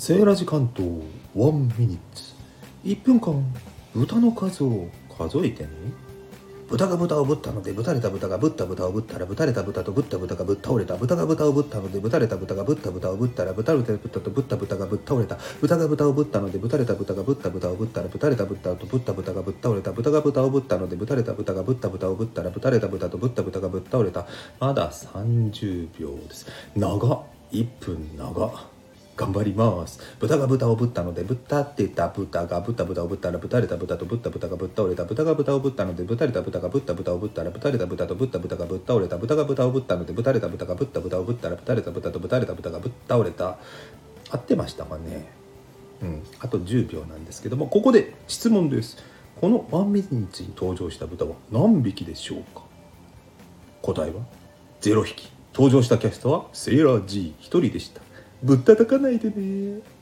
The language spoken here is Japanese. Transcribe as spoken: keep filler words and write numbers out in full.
セーラジ関東ワンミニッツいっぷんかん豚の数を数えてね。豚が豚をぶったのでぶたれた豚がぶった豚をぶったらぶたれた豚とぶった豚がぶっ倒れた。豚が豚をぶったのでぶたれた豚がぶった豚をぶったらぶたれた豚とぶった豚がぶっ倒れた。豚が豚をぶったのでぶたれた豚がぶった豚をぶったらぶたれた豚とぶった豚がぶっ倒れた。豚が豚をぶったのでぶたれた豚がぶった豚をぶったらぶたれた豚とぶった豚がぶっ倒れた。まださんじゅうびょうです。長っ。いっぷん長っ。頑張ります。豚が豚をぶったのでぶったってた豚がぶった豚をぶったらぶたれた豚とぶった豚がぶっ倒れた。豚が豚をぶったのでぶたれた豚がぶった豚をぶったらぶたれた豚とぶった豚がぶっ倒れた。豚が豚をぶったのでぶたれた豚がぶった豚をぶったらぶたれた豚とぶたれた豚がぶっ倒れた。合ってましたかね。うん、あとじゅうびょうなんですけども、ここで質問です。このワンミニッツに登場した豚は何匹でしょうか。答えはゼロひき。登場したキャストはセーラー G ひとりでした。ぶったたかないでね。